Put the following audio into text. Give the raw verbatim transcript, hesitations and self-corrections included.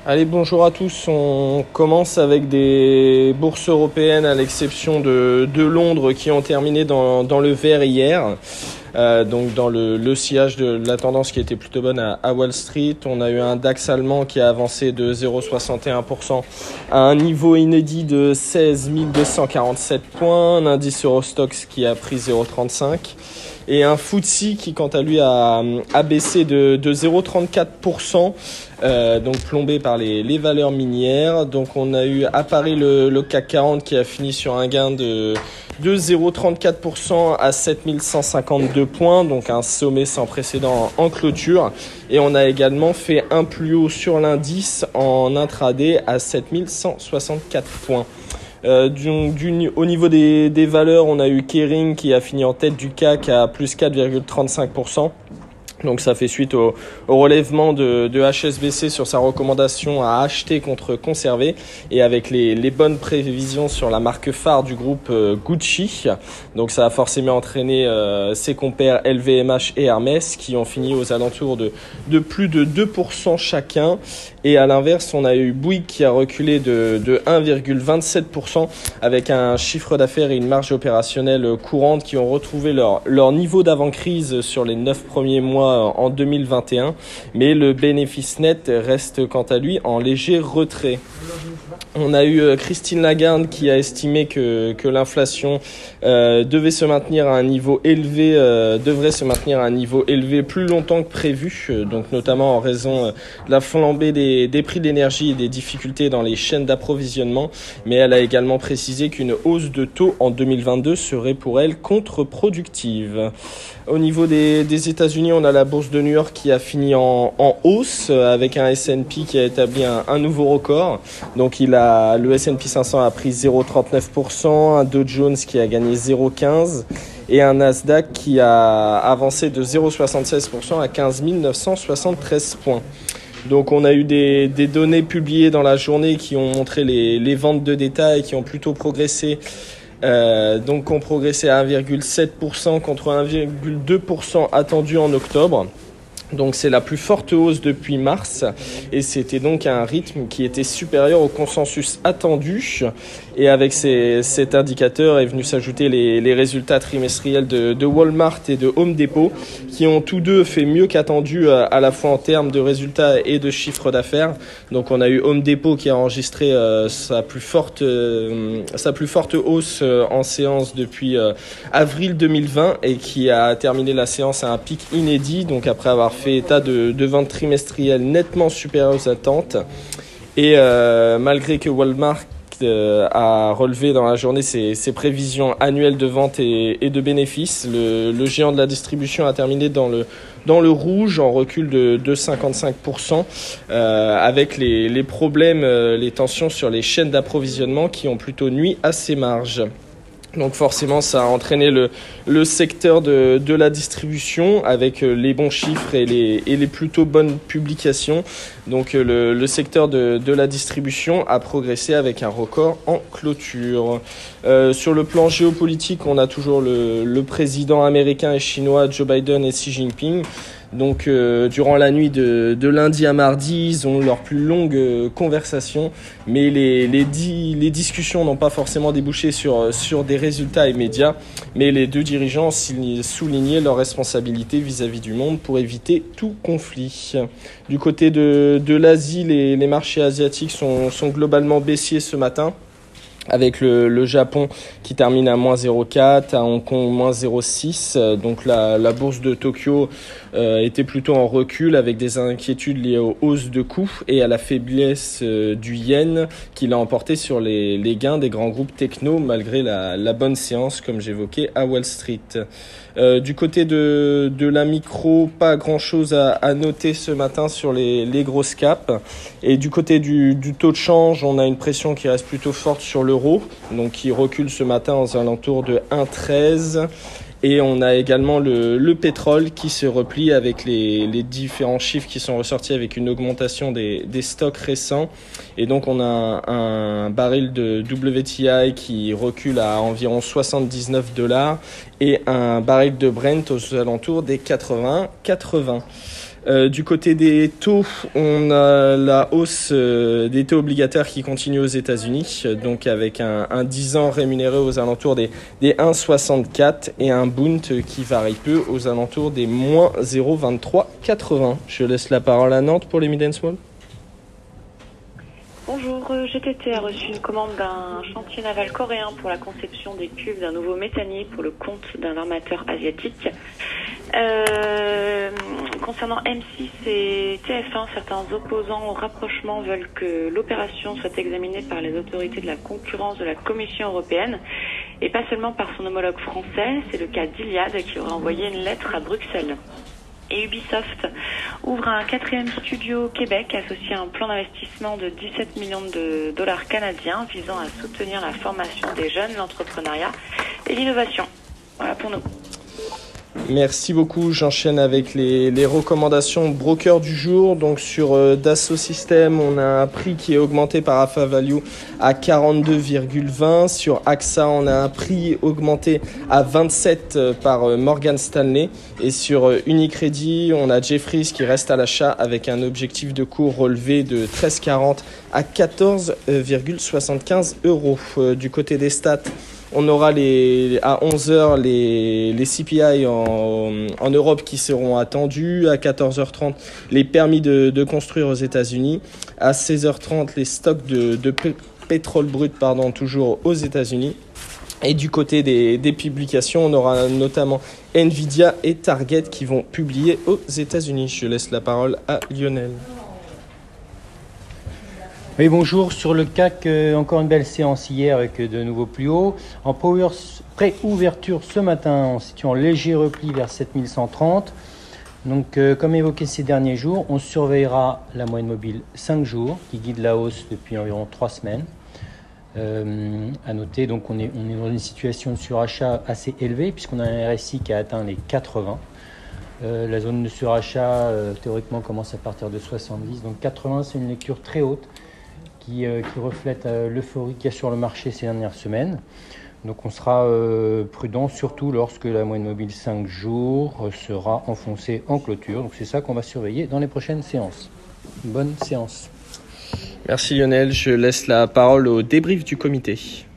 Allez, bonjour à tous. On commence avec des bourses européennes à l'exception de, de Londres qui ont terminé dans, dans le vert hier. Euh, donc dans le, le sillage de la tendance qui était plutôt bonne à, à Wall Street. On a eu un DAX allemand qui a avancé de zéro virgule soixante et un pour cent à un niveau inédit de seize mille deux cent quarante-sept points. Un indice Eurostoxx qui a pris zéro virgule trente-cinq. Et un F T S E qui, quant à lui, a, a baissé de, de zéro virgule trente-quatre pour cent, euh, donc plombé par les, les valeurs minières. Donc on a eu à Paris le, le C A C quarante qui a fini sur un gain de, de zéro virgule trente-quatre pour cent à sept mille cent cinquante-deux points, donc un sommet sans précédent en clôture. Et on a également fait un plus haut sur l'indice en intraday à sept mille cent soixante-quatre points. Euh, du, du, au niveau des, des valeurs, on a eu Kering qui a fini en tête du C A C à plus quatre virgule trente-cinq pour cent. Donc ça fait suite au, au relèvement de, de H S B C sur sa recommandation à acheter contre conserver et avec les, les bonnes prévisions sur la marque phare du groupe euh, Gucci. Donc ça a forcément entraîné euh, ses compères L V M H et Hermès qui ont fini aux alentours de, de plus de deux pour cent chacun. Et à l'inverse, on a eu Bouygues qui a reculé de, de un virgule vingt-sept pour cent avec un chiffre d'affaires et une marge opérationnelle courante qui ont retrouvé leur, leur niveau d'avant-crise sur les neuf premiers mois en deux mille vingt et un, mais le bénéfice net reste quant à lui en léger retrait. On a eu Christine Lagarde qui a estimé que, que l'inflation euh, devait se maintenir à un niveau élevé, euh, devrait se maintenir à un niveau élevé plus longtemps que prévu, euh, donc notamment en raison euh, de la flambée des, des prix de l'énergie et des difficultés dans les chaînes d'approvisionnement. Mais elle a également précisé qu'une hausse de taux en deux mille vingt-deux serait pour elle contre-productive. Au niveau des, des États-Unis, on a la bourse de New York qui a fini en, en hausse avec un S and P qui a établi un, un nouveau record. Donc il a, le S and P cinq cents a pris zéro virgule trente-neuf pour cent, un Dow Jones qui a gagné zéro virgule quinze pour cent et un Nasdaq qui a avancé de zéro virgule soixante-seize pour cent à quinze mille neuf cent soixante-treize points. Donc on a eu des, des données publiées dans la journée qui ont montré les, les ventes de détail qui ont plutôt progressé. Euh, donc ont progressé à un virgule sept pour cent contre un virgule deux pour cent attendu en octobre. Donc c'est la plus forte hausse depuis mars et c'était donc un rythme qui était supérieur au consensus attendu. Et avec ces, cet indicateur est venu s'ajouter les, les résultats trimestriels de, de Walmart et de Home Depot qui ont tous deux fait mieux qu'attendu à, à la fois en termes de résultats et de chiffre d'affaires. Donc on a eu Home Depot qui a enregistré euh, sa, plus forte, euh, sa plus forte hausse euh, en séance depuis euh, avril deux mille vingt et qui a terminé la séance à un pic inédit, donc après avoir fait fait état de, de ventes trimestrielles nettement supérieures aux attentes. Et euh, malgré que Walmart euh, a relevé dans la journée ses, ses prévisions annuelles de ventes et, et de bénéfices, le, le géant de la distribution a terminé dans le, dans le rouge en recul de, de deux virgule cinquante-cinq pour cent euh, avec les, les problèmes, euh, les tensions sur les chaînes d'approvisionnement qui ont plutôt nui à ses marges. Donc forcément, ça a entraîné le, le secteur de, de la distribution avec les bons chiffres et les, et les plutôt bonnes publications. Donc le, le secteur de, de la distribution a progressé avec un record en clôture. Euh, sur le plan géopolitique, on a toujours le, le président américain et chinois Joe Biden et Xi Jinping. Donc euh, durant la nuit de, de lundi à mardi, ils ont leur plus longue euh, conversation, mais les, les, di, les discussions n'ont pas forcément débouché sur, sur des résultats immédiats, mais les deux dirigeants ont souligné leur responsabilité vis-à-vis du monde pour éviter tout conflit. Du côté de, de l'Asie, les, les marchés asiatiques sont, sont globalement baissiers ce matin, avec le, le Japon qui termine à moins zéro virgule quatre, à Hong Kong moins zéro virgule six. Donc la, la bourse de Tokyo euh, était plutôt en recul avec des inquiétudes liées aux hausses de coûts et à la faiblesse euh, du yen qui l'a emporté sur les, les gains des grands groupes techno malgré la, la bonne séance comme j'évoquais à Wall Street. Euh, du côté de, de la micro, pas grand chose à, à noter ce matin sur les, les grosses caps. Et du côté du, du taux de change, on a une pression qui reste plutôt forte sur l'euro, donc qui recule ce matin aux alentours de un virgule treize. Et on a également le, le pétrole qui se replie avec les, les différents chiffres qui sont ressortis avec une augmentation des, des stocks récents. Et donc on a un, un baril de W T I qui recule à environ soixante-dix-neuf dollars et un baril de Brent aux alentours des quatre-vingts quatre-vingts. Euh, du côté des taux, on a la hausse euh, des taux obligataires qui continue aux États-Unis, donc avec un, un dix ans rémunéré aux alentours des, des un virgule soixante-quatre et un Bund qui varie peu aux alentours des moins zéro virgule vingt-trois quatre-vingts. Je laisse la parole à Nantes pour les mid and small. Bonjour, G T T a reçu une commande d'un chantier naval coréen pour la conception des cuves d'un nouveau méthanier pour le compte d'un armateur asiatique. Euh, concernant M six et T F un, certains opposants au rapprochement veulent que l'opération soit examinée par les autorités de la concurrence de la Commission européenne et pas seulement par son homologue français. C'est le cas d'Iliad qui aurait envoyé une lettre à Bruxelles. Et Ubisoft ouvre un quatrième studio au Québec associé à un plan d'investissement de dix-sept millions de dollars canadiens visant à soutenir la formation des jeunes, l'entrepreneuriat et l'innovation. Voilà pour nous. Merci beaucoup. J'enchaîne avec les, les recommandations broker du jour. Donc sur euh, Dassault Systèmes, on a un prix qui est augmenté par Alpha Value à quarante-deux virgule vingt. Sur A X A, on a un prix augmenté à vingt-sept par euh, Morgan Stanley. Et sur euh, Unicredit, on a Jefferies qui reste à l'achat avec un objectif de cours relevé de treize virgule quarante à quatorze virgule soixante-quinze euros. Euh, du côté des stats, on aura les, à onze heures les, les C P I en, en Europe qui seront attendus. À quatorze heures trente, les permis de, de construire aux États-Unis. À seize heures trente, les stocks de, de p- pétrole brut pardon, toujours aux États-Unis. Et du côté des, des publications, on aura notamment Nvidia et Target qui vont publier aux États-Unis. Je laisse la parole à Lionel. Oui, bonjour. Sur le C A C, euh, encore une belle séance hier avec de nouveaux plus hauts. En power, pré-ouverture ce matin, on se situe en léger repli vers sept mille cent trente. Donc, euh, comme évoqué ces derniers jours, on surveillera la moyenne mobile cinq jours qui guide la hausse depuis environ trois semaines. Euh, à noter, donc, on est, on est dans une situation de surachat assez élevée puisqu'on a un R S I qui a atteint les quatre-vingts. Euh, la zone de surachat, euh, théoriquement, commence à partir de soixante-dix. Donc, quatre-vingts, c'est une lecture très haute qui, euh, qui reflète euh, l'euphorie qu'il y a sur le marché ces dernières semaines. Donc on sera euh, prudent, surtout lorsque la moyenne mobile cinq jours euh, sera enfoncée en clôture. Donc c'est ça qu'on va surveiller dans les prochaines séances. Bonne séance. Merci Lionel, je laisse la parole au débrief du comité.